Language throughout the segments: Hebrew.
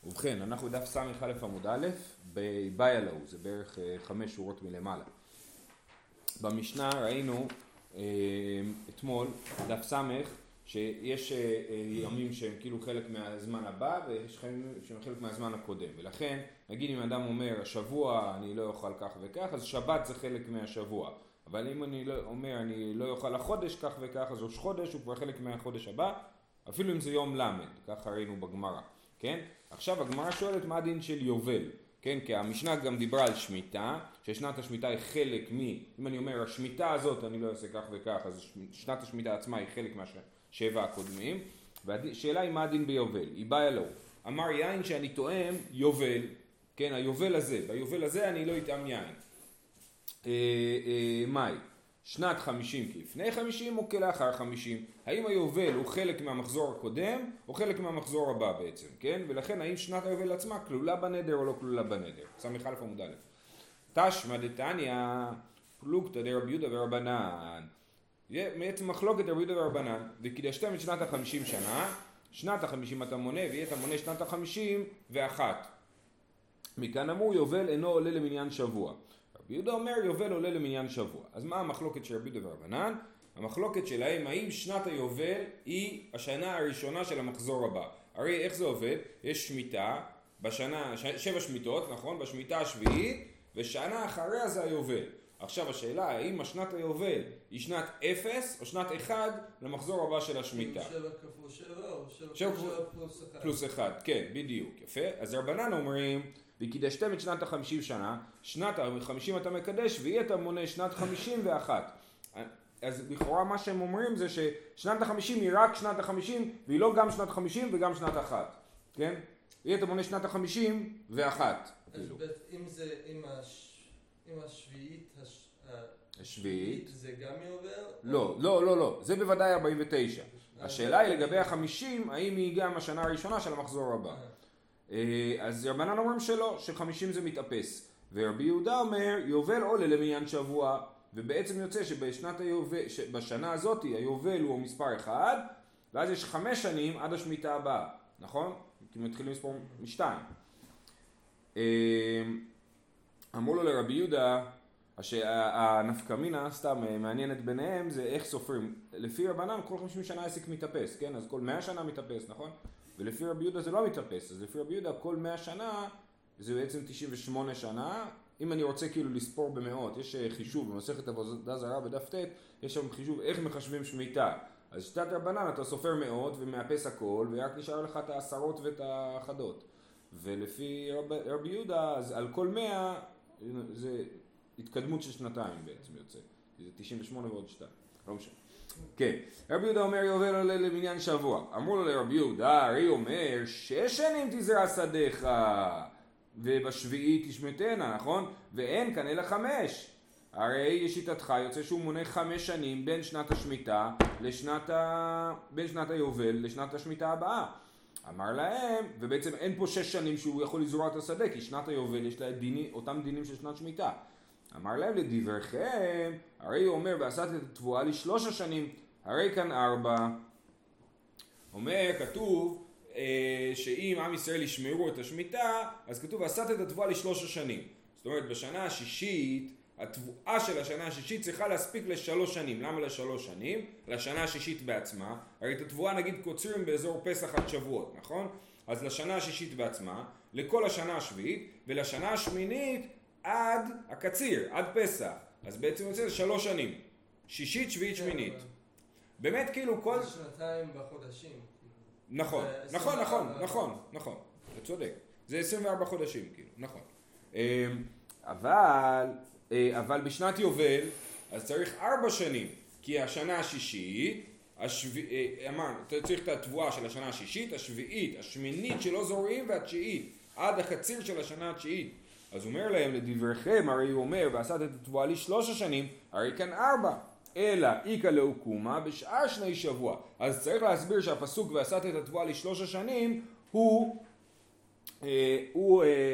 ובכן, אנחנו דף ס' א' עמוד א', בבעיה לו, זה בערך 5 שורות מלמעלה. במשנה ראינו אתמול, דף ס', שיש ימים שהם כאילו חלק מהזמן הבא, ויש ימים שהם חלק מהזמן הקודם. ולכן, נגיד אם אדם אומר, השבוע אני לא אוכל כך וכך, אז שבת זה חלק מהשבוע. אבל אם אני אומר, אני לא אוכל החודש כך וכך, אז ראש חודש הוא כבר חלק מהחודש הבא, אפילו אם זה יום למד, ככה ראינו בגמרא. כן? עכשיו הגמרא שואלת מה הדין של יובל, כן? כי המשנה גם דיברה על שמיטה, ששנת השמיטה היא חלק אם אני אומר השמיטה הזאת אני לא אעשה כך וכך, אז שנת השמיטה עצמה היא חלק מהשבע הקודמים, והשאלה היא מה הדין ביובל, היא באה לו, אמר יין שאני טועם יובל, כן? היובל הזה, ביובל הזה אני לא אטעם יין. מאי? שנת 50 כלפני 50 או כלאחר 50? האם היובל הוא חלק מהמחזור הקודם או חלק מהמחזור הבא בעצם, כן? ולכן האם שנת היובל עצמה כלולה בנדר או לא כלולה בנדר? סמך א' עמוד א'. תשמע דתניא פלוגתא דרבי יהודה ורבנן. בעצם מחלוקת רבי יהודה ורבנן, וקידשתם את שנת ה-50 שנה, שנת ה-50 אתה מונה ואתה מונה שנת ה-51. מכאן אמרו יובל אינו עולה למניין שבוע. רבי יהודה אומר יובל עולה למניין שבוע. אז מה המחלוקת של רבי יהודה ורבנן? המחלוקת שלהם האם שנת היובל היא השנה הראשונה של המחזור הבא. הרי איך זה עובד? יש שמיטה בשנה, 7 שמיטות, נכון? בשמיטה השביעית, ושנה אחריה זה היובל. עכשיו השאלה האם השנת היובל היא שנת 0 או שנת 1 למחזור הבא של השמיטה. 7 כפול 7 או 7 פלוס 1? פלוס 1, כן, בדיוק, יפה. אז רבנן אומרים וקידשתם את שנת ה-50 שנה, שנת ה-50 אתה מקדש והיא אתה מונה שנת 51. אז לכאורה מה שהם אומרים זה ששנת ה-50 היא רק שנת ה-50 והיא לא גם שנת 50 וגם שנת 1, כן? היא אתה מונה שנת ה-51. אז אם השביעית זה גם יובל? לא, זה בוודאי 49. השאלה היא לגבי ה-50, האם היא גם השנה הראשונה של המחזור הבא. אז רבנן אומרים שלא, ש-50 זה מתאפס. ורבי יהודה אומר, יובל עולה למניין שבוע, ובעצם יוצא שבשנה הזאת היובל הוא מספר 1, ואז יש 5 שנים עד השמיטה הבאה, נכון? כי מתחילים לספור מ-2. אמרו לו לרבי יהודה, הנפקמינה סתם מעניינת ביניהם, זה איך סופרים. לפי רבנן כל 50 שנה העסק מתאפס, כן? אז כל 100 שנה מתאפס, נכון? ולפי רבי יהודה זה לא מתאפס, אז לפי רבי יהודה כל 100 שנה זה בעצם 98 שנה. אם אני רוצה כאילו לספור במאות, יש חישוב במסכת עבודה זרה בדף ט', יש שם חישוב איך מחשבים שמיטה. אז שיטת רבנן אתה סופר מאות ומאפס הכל, ורק נשאר לך את העשרות ואת האחדות. ולפי רבי יהודה, אז על כל 100 זה התקדמות של שנתיים בעצם יוצא. זה 98 ועוד 2. לא משנה. כן, רבי יהודה אומר יובל עולה למניין שבוע. אמרו לו לרבי יהודה, הרי אומר 6 שנים תזרע שדיך ובשביעית תשמטנה, נכון? ואין כאן אלא 5. הרי לשיטתך יוצא שהוא מונה 5 שנים בין שנת השמיטה בין שנת היובל לשנת השמיטה הבאה. אמר להם, ובעצם אין פה 6 שנים שהוא יכול לזרוע את השדה, כי שנת היובל יש לה אותם דינים של שנת שמיטה. אמר להם לדברכם, הרי הוא אומר ועשת את התבואה ל3 שנים, הרי כאן 4. אומר, כתוב שאם עם ישראל ישמרו את השמיטה, אז כתוב ועשת את התבואה ל3 שנים. זאת אומרת בשנה השישית, התבואה של השנה השישית צריכה להספיק ל3 שנים. למה ל3 שנים? לשנה השישית בעצמה. הרי את התבואה נגיד קוצרים באזור פסח עד שבועות, נכון? אז לשנה השישית בעצמה, לכל השנה השביעית, ולשנה השמינית עד הקציר, עד פסח. אז בעצם יוצא 3 שנים. שישית, שביעית, שמינית. באמת כאילו כל... זה שנתיים בחודשים. נכון. אתה צודק. זה 24 חודשים כאילו, נכון. אבל בשנת יובל, אז צריך 4 שנים. כי השנה השישית, אמרנו, צריך את התבואה של השנה השישית, השביעית, השמינית שלא זורעים והתשיעית, עד הקציר של השנה התשיעית. אז הוא אומר להם לדברכם, הרי הוא אומר ועשת את התבואה ל3 שנים, הרי כאן 4. אלא איקא לאוקומה בשאר 2 שבוע. אז צריך להסביר שהפסוק ועשת את התבואה ל3 שנים הוא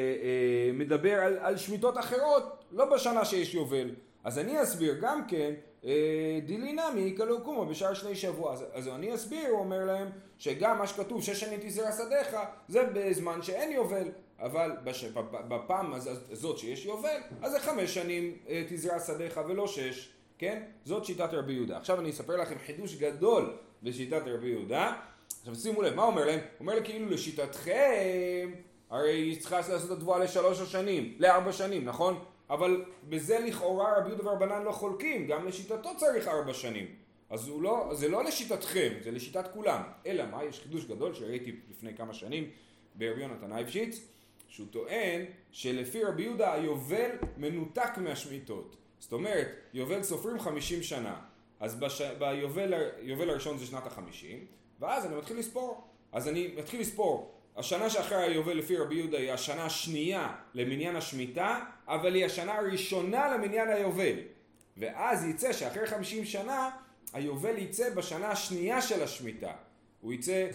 מדבר על שמיטות אחרות, לא בשנה שיש יובל. אז אני אסביר גם כן דילינמי כלו קומו בשאר שני שבוע. אז אני אסביר, הוא אומר להם, שגם מה שכתוב 6 שנים תזרע שדיך, זה בזמן שאין יובל. אבל בפעם הזאת שיש יובל, אז זה 5 שנים תזרע שדיך ולא 6, כן? זאת שיטת רבי יהודה. עכשיו אני אספר לכם חידוש גדול בשיטת רבי יהודה. עכשיו שימו לב, מה הוא אומר להם? הוא אומר כאילו לשיטתכם, הרי צריכה לעשות את התבואה ל4 שנים, נכון? אבל בזה לכאורה רבי יהודה ורבנן לא חולקים, גם לשיטתו צריך 4 שנים. אז זה לא לשיטתכם, זה לשיטת כולם. אלא מה? יש חידוש גדול שראיתי לפני כמה שנים ברבי יונתן אייבשיץ, שהוא טוען שלפי רבי יהודה היובל מנותק מהשמיטות. זאת אומרת, יובל סופרים 50 שנה. אז ביובל הראשון זה שנת ה-50, ואז אני מתחיל לספור. אז אני מתחיל לספור. השנה שאחרי היובל לפי רבי יהודה היא השנה השנייה למניין השמיטה, אבל היא השנה הראשונה למניין היובל. ואז יצא שאחרי 50 שנה, היובל יצא בשנה השנייה של השמיטה. הוא יצא,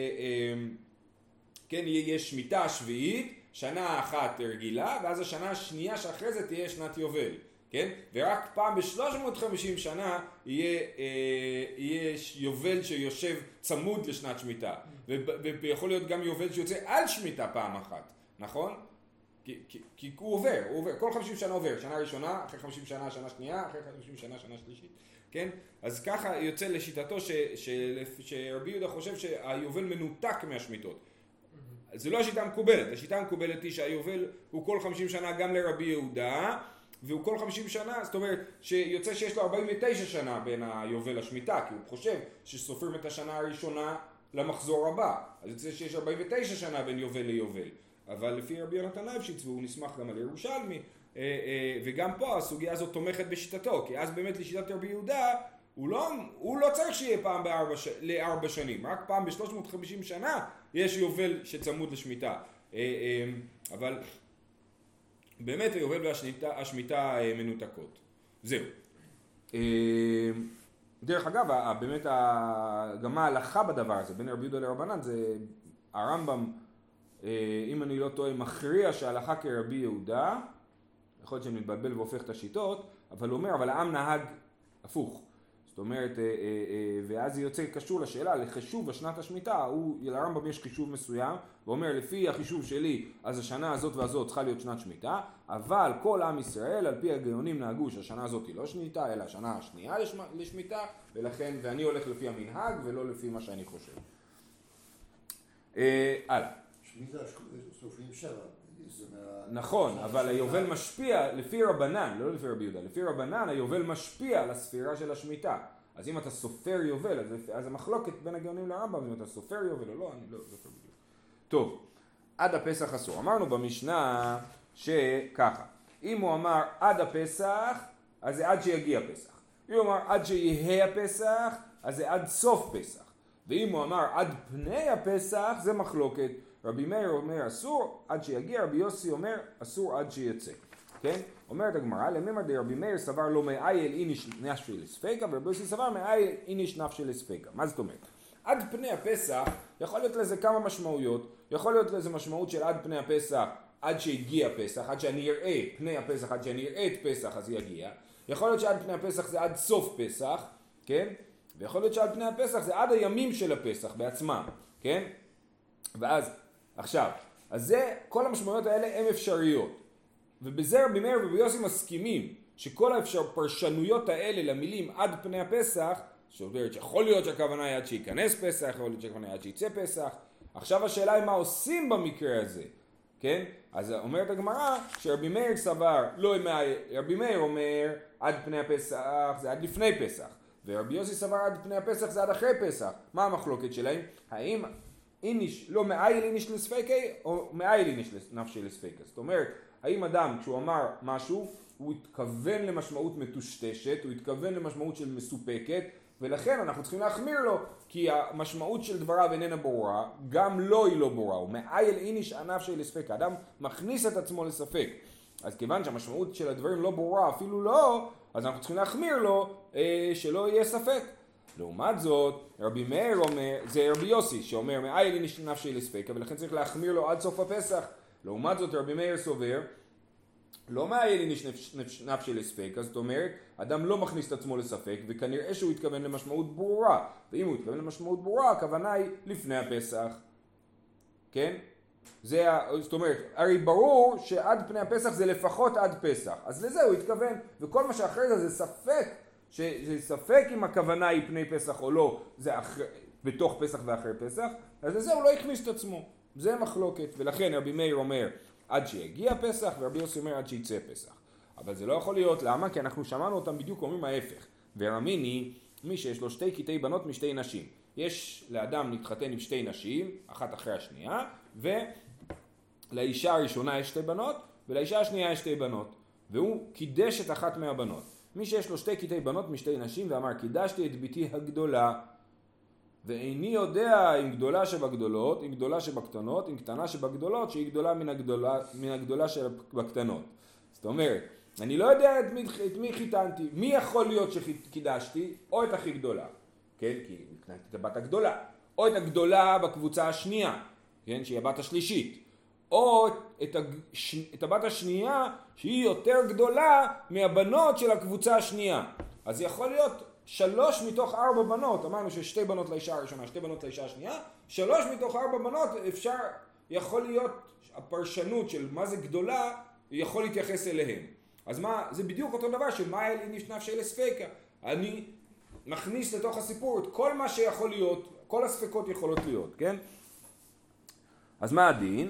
כן, יש שמיטה השביעית, שנה אחת רגילה, ואז השנה השנייה שאחרי זה תהיה שנת יובל. כן? ורק פעם ב-350 שנה יהיה יובל שיושב צמוד לשנת שמיטה. ויכול להיות גם יובל שיוצא על שמיטה פעם אחת, נכון? כי הוא עובר, כל 50 שנה עובר, שנה ראשונה, אחרי 50 שנה, שנה שנייה, אחרי 50 שנה, שנה שלישית, כן? אז ככה יוצא לשיטתו שרבי יהודה חושב שהיובל מנותק מהשמיטות. זה לא השיטה המקובלת, השיטה המקובלת היא שהיובל הוא כל 50 שנה גם לרבי יהודה, והוא כל 50 שנה, זאת אומרת שיוצא שיש לו 49 שנה בין היובל לשמיטה, כי הוא חושב שסופרים את השנה הראשונה למחזור הבא, אז יוצא שיש 49 שנה בין יובל ליובל. אבל לפי רבי יונתן אייבשיץ, והוא נסמך גם על ירושלמי, וגם פה הסוגיה הזאת תומכת בשיטתו, כי אז באמת לשיטת רבי יהודה, הוא לא צריך שיהיה פעם ל4 שנים, רק פעם ב-350 שנה יש יובל שצמוד לשמיטה. אבל באמת היובל והשמיטה מנותקות. זהו. דרך אגב, באמת גם ההלכה בדבר הזה, בין רבי יהודה לרבנן, זה הרמב"ם, אם אני לא טועה, מכריע שההלכה כרבי יהודה, יכול להיות שאני מתבלבל והופך את השיטות, אבל הוא אומר, אבל העם נהג הפוך. זאת אומרת, ואז זה יוצא קשור לשאלה, לחישוב השנת השמיטה, לרמב"ם יש חישוב מסוים, ואומר, לפי החישוב שלי, אז השנה הזאת והזאת צריכה להיות שנת שמיטה, אבל כל עם ישראל, על פי הגאונים נהגו שהשנה הזאת היא לא שמיטה, אלא השנה השנייה לשמיטה, ואני הולך לפי המנהג ולא לפי מה שאני חושב. הלאה. שמיטה סופרים 7. נכון, אבל היובל משפיע לפי רבנן, לא לפי רבי יהודה, לפי רבנן היובל משפיע על הספירה של השמיטה. אז אם אתה סופר יובל, אז המחלוקת בין הגאונים לרמב"ם, אם אתה סופר יובל או לא, אני לא זוכר בדיוק. טוב, עד הפסח אסור. אמרנו במשנה שככה, אם הוא אמר עד הפסח, אז זה עד שיגיע פסח. אם הוא אמר עד שיהיה הפסח, אז זה עד סוף פסח. ואם הוא אמר עד פני הפסח, זה מחלוקת. רבי מאיר אומר אסור עד שיגיע, רבי יוסי אומר אסור עד שיצא. כן? אומרת הגמרא, למימר דרבי מאיר סבר לא מאייל איניש נפשי לספיקה, ורבי יוסי סבר מאייל איניש נפשי לספיקה. מה זאת אומרת? עד פני הפסח יכול להיות לזה כמה משמעויות. יכול להיות לזה משמעות של עד פני הפסח, עד שהגיע פסח, עד שאני אראה פני הפסח, עד שאני אראה את פסח אז יגיע. יכול להיות שעד פני הפסח זה עד סוף פסח, כן? ויכול להיות שעד פני הפסח זה עד הימים של הפסח בעצמם, כן? ואז עכשיו, אז זה, כל המשמעויות האלה הן אפשריות. ובזה רבי מאיר ורבי יוסי מסכימים שכל הפרשנויות האלה למילים עד פני הפסח, שאומרת שיכול להיות שהכוונה היא עד שייכנס פסח, יכול להיות שהכוונה היא עד שיצא פסח. עכשיו השאלה היא מה עושים במקרה הזה, כן? אז אומרת הגמרא שרבי מאיר סבר, רבי מאיר אומר עד פני הפסח זה עד לפני פסח, ורבי יוסי סבר עד פני הפסח זה עד אחרי פסח. מה המחלוקת שלהם? האם איניש, לא מאייל איניש לספיקי, או מאייל איניש נפשי לספיקה. זאת אומרת, האם אדם, כשהוא אמר משהו, הוא התכוון למשמעות מטושטשת, הוא התכוון למשמעות של מסופקת, ולכן אנחנו צריכים להחמיר לו, כי המשמעות של דבריו איננה ברורה, גם לא היא לא ברורה, הוא מאייל איניש נפשי לספיקה. אדם מכניס את עצמו לספק. אז כיוון שהמשמעות של הדברים לא ברורה, אפילו לא, אז אנחנו צריכים להחמיר לו, שלא יהיה ספק. לעומת זאת, רבי מאיר אומר, זה רבי יוסי שאומר מאייל איניש נפשי לספיקה, ולכן צריך להחמיר לו עד סוף הפסח. לעומת זאת, רבי מאיר סובר לא מאייל נפשי לספק, אז זאת אומרת, אדם לא מכניס את עצמו לספק, וכנראה שהוא התכוון למשמעות ברורה, ואם הוא התכוון למשמעות ברורה, הכוונה היא לפני הפסח, כן? זאת אומרת, הרי ברור שעד פני הפסח זה לפחות עד פסח, אז לזה הוא התכוון, וכל מה שאחרי זה ספק, שספק אם הכוונה היא פני פסח או לא, זה בתוך פסח ואחרי פסח, אז לזה הוא לא הכניס את עצמו, זה מחלוקת, ולכן רבי מאיר אומר עד שיגיע פסח, ורבי יוסי אומר עד שיצא פסח. אבל זה לא יכול להיות, למה? כי אנחנו שמענו אותם בדיוק אומרים ההפך. ורמיני, מי שיש לו 2 קטעי בנות מ2 נשים. יש לאדם להתחתן עם 2 נשים, אחת אחרי השנייה, ולאישה הראשונה יש 2 בנות, ולאישה השנייה יש 2 בנות. והוא קידש את אחת מהבנות. מי שיש לו 2 קטעי בנות מ2 נשים, ואמר, קידשתי את ביתי הגדולה, ואיני יודע אם גדולה שבגדולות, אם גדולה שבקטנות, אם קטנה שבגדולות, שהיא גדולה מן הגדולה שבקטנות. זאת אומרת, אני לא יודע את מי חיתנתי, מי יכול להיות שקידשתי, או את הכי גדולה, כן? כי קנתי את הבת הגדולה, או את הגדולה בקבוצה השנייה, כן? שהיא הבת השלישית, או את הבת השנייה שהיא יותר גדולה מהבנות של הקבוצה השנייה. אז יכול להיות 3 מתוך 4 בנות, אמרנו ש2 בנות לאישה הראשונה, 2 בנות לאישה השנייה, 3 מתוך 4 בנות יכול להיות הפרשנות של מה זה גדולה, יכול להתייחס אליהם. אז מה, זה בדיוק אותו דבר שמה אל נפשי לספקה. אני מכניס לתוך הסיפור את כל מה שיכול להיות, כל הספקות יכולות להיות, כן? אז מה הדין?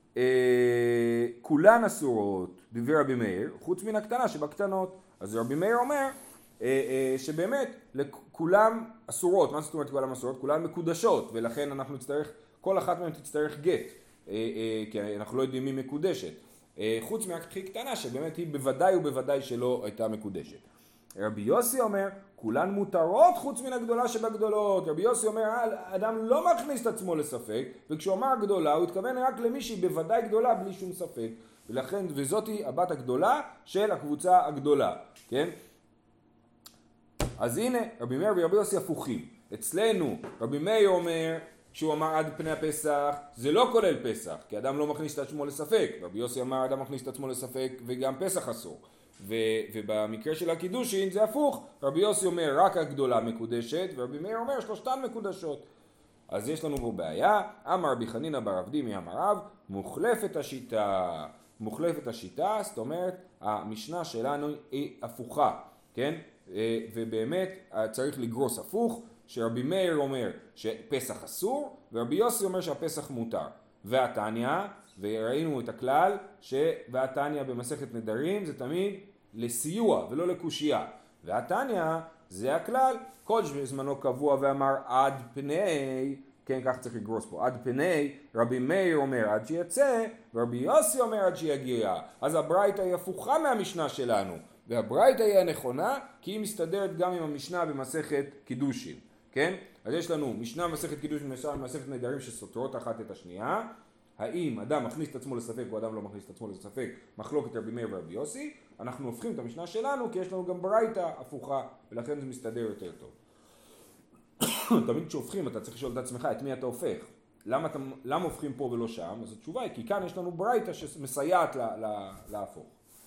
כולן אסורות, דבר רבי מאיר, חוץ מן הקטנה שבקטנות. אז רבי מאיר אומר שבאמת לכולם אסורות. מה זאת אומרת כולם אסורות? כולן מקודשות, ולכן אנחנו נצטרך, כל אחת מהן תצטרך גט, כי אנחנו לא יודעים מי מקודשת. חוץ מהכי קטנה שבאמת היא בוודאי ובוודאי שלא הייתה מקודשת. רבי יוסי אומר, כולן מותרות חוץ מן הגדולה שבגדולות. רבי יוסי אומר, האדם לא מכניס את עצמו לספק, וכשהוא אמר גדולה, הוא התכוון רק למי שהיא בוודאי גדולה בלי שום ספק. ולכן, וזאתי הבת הגדולה של הקבוצה הגדולה, כן? אז הנה, רבי מאיר ורבי יוסי הפוכים. אצלנו, רבי מאיר אומר, כשהוא אמר עד פני הפסח, זה לא כולל פסח, כי אדם לא מכניס את עצמו לספק. רבי יוסי אמר, אדם מכניס את עצמו לספק, וגם פסח אסור. ובמקרה של הקידושין זה הפוך, רבי יוסי אומר רק הגדולה מקודשת, ורבי מאיר אומר 3 מקודשות. אז יש לנו פה בעיה, אמר רבי חנינא בר עבדי מאמר רב, מוחלפת השיטה. מוחלפת השיטה, זאת אומרת, המשנה שלנו היא הפוכה, כן? ובאמת צריך לגרוס הפוך, שרבי מאיר אומר שפסח אסור, ורבי יוסי אומר שהפסח מותר. והתניא, וראינו את הכלל, והתניא במסכת נדרים זה תמיד לסיוע ולא לקושייה. והתניא זה הכלל, כל זמנו קבוע ואמר עד פני, כן, כך צריך לגרוס פה, עד פני, רבי מאיר אומר עד שיצא, ורבי יוסי אומר עד שיגיע. אז הברייתא היא הפוכה מהמשנה שלנו, והברייתא היא הנכונה, כי היא מסתדרת גם עם המשנה במסכת קידושין, כן? אז יש לנו משנה במסכת קידושין, משנה במסכת נדרים שסותרות אחת את השנייה, האם אדם מכניס את עצמו לספק או אדם לא מכניס את עצמו לספק, מחלוקת רבי מאיר ורבי יוסי, אנחנו הופכים את המשנה שלנו כי יש לנו גם ברייתא הפוכה, ולכן זה מסתדר יותר טוב. תמיד כשהופכים אתה צריך לשאול את עצמך את מי אתה הופך. למה הופכים פה ולא שם? אז התשובה היא כי כאן יש לנו ברייתא שמסייעת להפוך.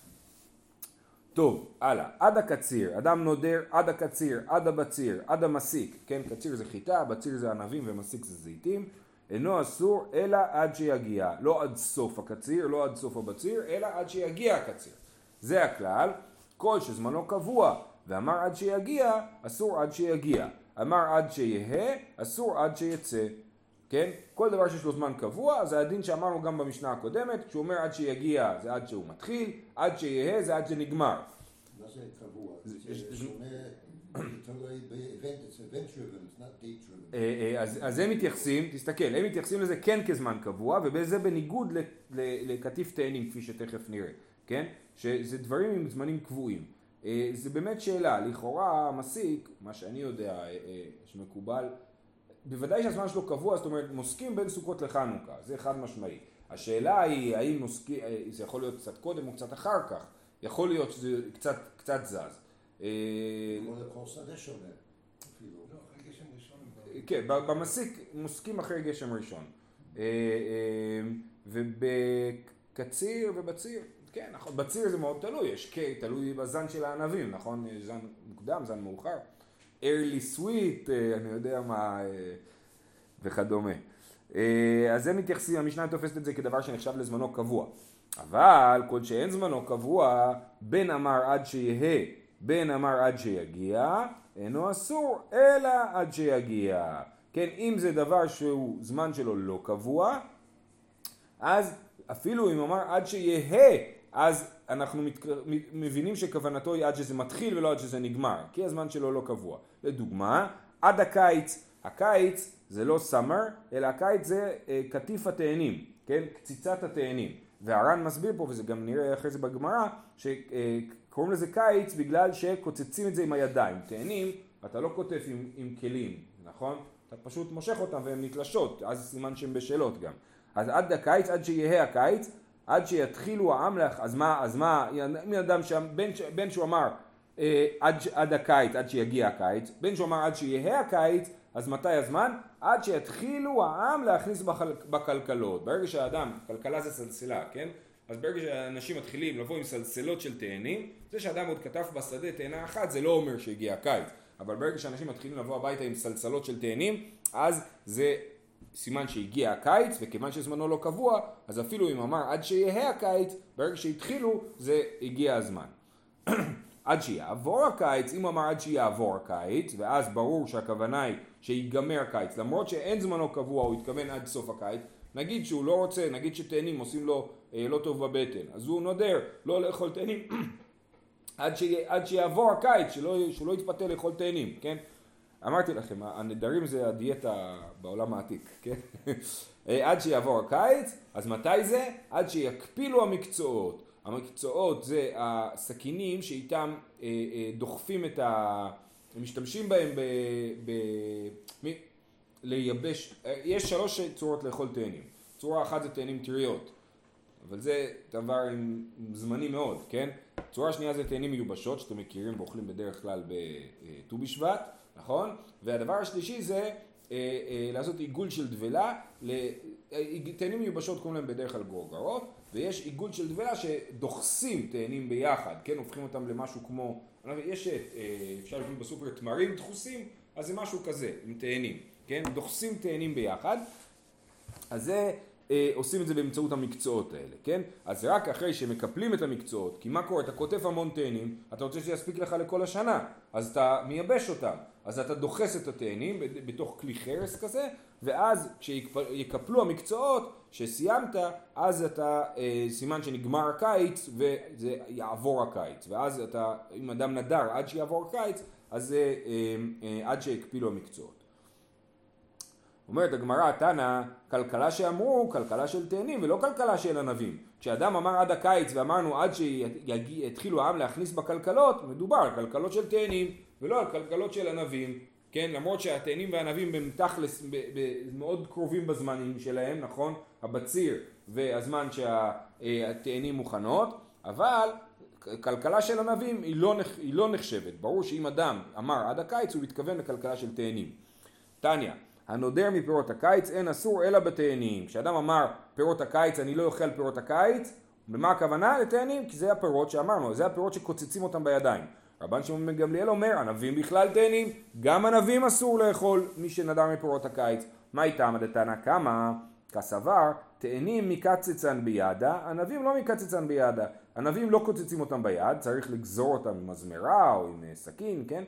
טוב, הלאה. עד הקציר, אדם נודר עד הקציר, עד הבציר, עד המסיק, כן? קציר זה חיטה, בציר זה ענבים ומסיק זה זיתים. אינו אסור אלא עד שיגיע, לא עד סוף הקציר, לא עד סוף הבציר, אלא עד שיגיע הקציר. זה הכלל, כל שזמנו קבוע, ואמר עד שיגיע, אסור עד שיגיע. אמר עד שיהיה, אסור עד שיצא. כן? כל דבר שיש לו זמן קבוע, זה הדין שאמרנו גם במשנה הקודמת, כשהוא אומר עד שיגיע זה עד שהוא מתחיל, עד שיהיה זה עד שנגמר. מה זה קבוע? זה שונה, תלוי ב-event, it's event driven, it's not date driven. אז הם מתייחסים, תסתכל, הם מתייחסים לזה כן כזמן קבוע, ובזה בניגוד לקטיף תאנים, כפי שתכף נראה, כן? שזה דברים עם זמנים קבועים. זה באמת שאלה, לכאורה המסיק, מה שאני יודע שמקובל, בוודאי שהזמן שלו קבוע, זאת אומרת, מוסקים בין סוכות לחנוכה, זה חד משמעי. השאלה היא, האם מוסקים, זה יכול להיות קצת קודם או קצת אחר כך, יכול להיות שזה קצת זז. יכול להיות כל שדה שונה, אפילו. לא, אחרי גשם ראשון. כן, במסיק מוסקים אחרי גשם ראשון. ובקציר ובציר, כן, נכון, בציר זה מאוד תלוי, יש תלוי בזן של הענבים, נכון? יש זן מוקדם, זן מאוחר. early sweet, אני יודע מה, וכדומה. אז הם מתייחסים, המשנה תופסת את זה כדבר שנחשב לזמנו קבוע. אבל כל שאין זמנו קבוע, בין אמר עד שיהיה, בין אמר עד שיגיע, אינו אסור, אלא עד שיגיע. כן, אם זה דבר שהוא זמן שלו לא קבוע, אז אפילו אם אמר עד שיהיה, אז אנחנו מבינים שכוונתו היא עד שזה מתחיל ולא עד שזה נגמר, כי הזמן שלו לא קבוע. לדוגמה, עד הקיץ, הקיץ זה לא סאמר, אלא הקיץ זה קטיף התאנים, כן? קציצת התאנים. והר"ן מסביר פה, וזה גם נראה אחרי זה בגמרא, שקוראים לזה קיץ בגלל שקוצצים את זה עם הידיים. תאנים, אתה לא קוטף עם כלים, נכון? אתה פשוט מושך אותם והן נתלשות, אז סימן שהן בשלות גם. אז עד הקיץ, עד שיהיה הקיץ, עד שיתחילו העם, אז מה, מי אדם שם, בין שהוא אמר עד הקיץ, עד שיגיע הקיץ, בין שהוא אמר עד שיהיה הקיץ, אז מתי הזמן? עד שיתחילו העם להכניס בכלכלות. ברגע שהאדם, כלכלה זה סלסלה, כן? אז ברגע שאנשים מתחילים לבוא עם סלסלות של תאנים, זה שאדם עוד כתב בשדה תאנה אחת, זה לא אומר שהגיע הקיץ. אבל ברגע שאנשים מתחילים לבוא הביתה עם סלסלות של תאנים, אז זה סימן שהגיע הקיץ, וכיוון שזמנו לא קבוע, אז אפילו אם אמר עד שיהיה הקיץ, ברגע שהתחילו, זה הגיע הזמן. עד שיעבור הקיץ, אם אמר עד שיעבור הקיץ, ואז ברור שהכוונה היא שיגמר הקיץ, למרות שאין זמנו קבוע, הוא התכוון עד סוף הקיץ, נגיד שהוא לא רוצה, נגיד שתאנים עושים לו לא טוב בבטן, אז הוא נודר לא לאכול תאנים עד שיעבור הקיץ, שהוא לא יתפתה לאכול תאנים, כן? אמרתי לכם, הנדרים זה הדיאטה בעולם העתיק, כן? עד שיעבור הקיץ, אז מתי זה? עד שיקפילו המקצועות. המקצועות זה הסכינים שאיתם דוחפים את משתמשים בהם לייבש. יש 3 צורות לאכול תאנים. צורה אחת זה תאנים טריות, אבל זה דבר זמני מאוד, כן? צורה שנייה זה תאנים מיובשות, שאתם מכירים ואוכלים בדרך כלל בט"ו בשבט, נכון? והדבר השלישי זה לעשות עיגול של דבלה, תאנים מיובשות קוראים להם בדרך כלל גורגרות, ויש עיגול של דבלה שדוחסים תאנים ביחד, כן? הופכים אותם למשהו כמו, יש אפשר לקנות בסופר תמרים דחוסים, אז זה משהו כזה, עם תאנים, כן? דוחסים תאנים ביחד, אז זה עושים את זה באמצעות המקצועות האלה, כן? אז רק אחרי שמקפלים את המקצועות, כי מה קורה? אתה כותב המון תאנים, אתה רוצה שיספיק לך לכל השנה, אז אתה מייבש אותם, אז אתה דוחס את התאנים בתוך כלי חרס כזה, ואז כשיקפלו המקצועות שסיימת, אז אתה סימן שנגמר הקיץ וזה יעבור הקיץ, ואז אתה, אם אדם נדר עד שיעבור הקיץ, אז זה עד שיקפילו המקצועות. אומרת הגמרא, תנא, כלכלה שאמרו, כלכלה של תאנים ולא כלכלה של ענבים. כשאדם אמר עד הקיץ ואמרנו עד שיתחילו העם להכניס בכלכלות, מדובר על כלכלות של תאנים ולא על כלכלות של ענבים. כן, למרות שהתאנים והענבים הם תכלס מאוד קרובים בזמנים שלהם, נכון? הבציר והזמן שהתאנים מוכנות, אבל כלכלה של ענבים היא לא נחשבת. ברור שאם אדם אמר עד הקיץ הוא מתכוון לכלכלה של תאנים. תניא, הנודר מפירות הקיץ אין אסור אלא בתאנים. כשאדם אמר פירות הקיץ אני לא אוכל פירות הקיץ, במה הכוונה? לתאנים, כי זה הפירות שאמרנו, זה הפירות שקוצצים אותם בידיים. רבן שמעון בן גמליאל אומר, ענבים בכלל תאנים, גם ענבים אסור לאכול מי שנדר מפירות הקיץ. מה איתם דתנא קמא? כסבר, תאנים מקצצן בידה, ענבים לא מקצצן בידה. ענבים לא קוצצים אותם ביד, צריך לגזור אותם עם מזמרה או עם סכין, כן?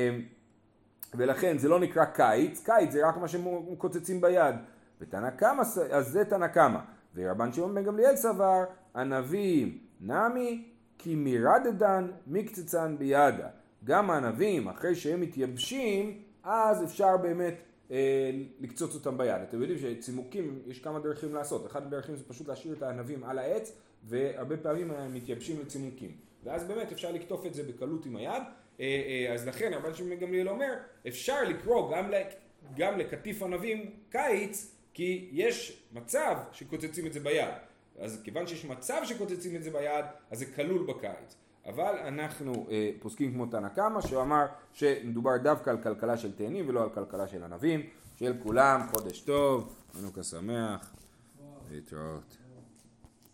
ולכן זה לא נקרא קיץ, קיץ זה רק מה שקוצצים ביד. ותנא קמא, אז זה תנא קמא. ורבן שמעון בן גמליאל סבר, ענבים נמי כי מירדדן מקצצן בידה. גם הענבים אחרי שהם מתייבשים, אז אפשר באמת לקצוץ אותם ביד. אתם יודעים שצימוקים יש כמה דרכים לעשות. אחד הדרכים זה פשוט להשאיר את הענבים על העץ, והרבה פעמים הם מתייבשים לצימוקים. ואז באמת אפשר לקטוף את זה בקלות עם היד. אז לכן רבן שמעון בן גמליאל אומר, אפשר לקרוא גם לקטיף ענבים קיץ, כי יש מצב שקוצצים את זה ביד. אז כיוון שיש מצב שקוצצים את זה ביד, אז זה כלול בקיץ. אבל אנחנו פוסקים כמו תנא קמא, שאמר שמדובר דווקא על כלכלה של תאנים ולא על כלכלה של ענבים. של כולם, חודש טוב, חנוכה שמח, להתראות.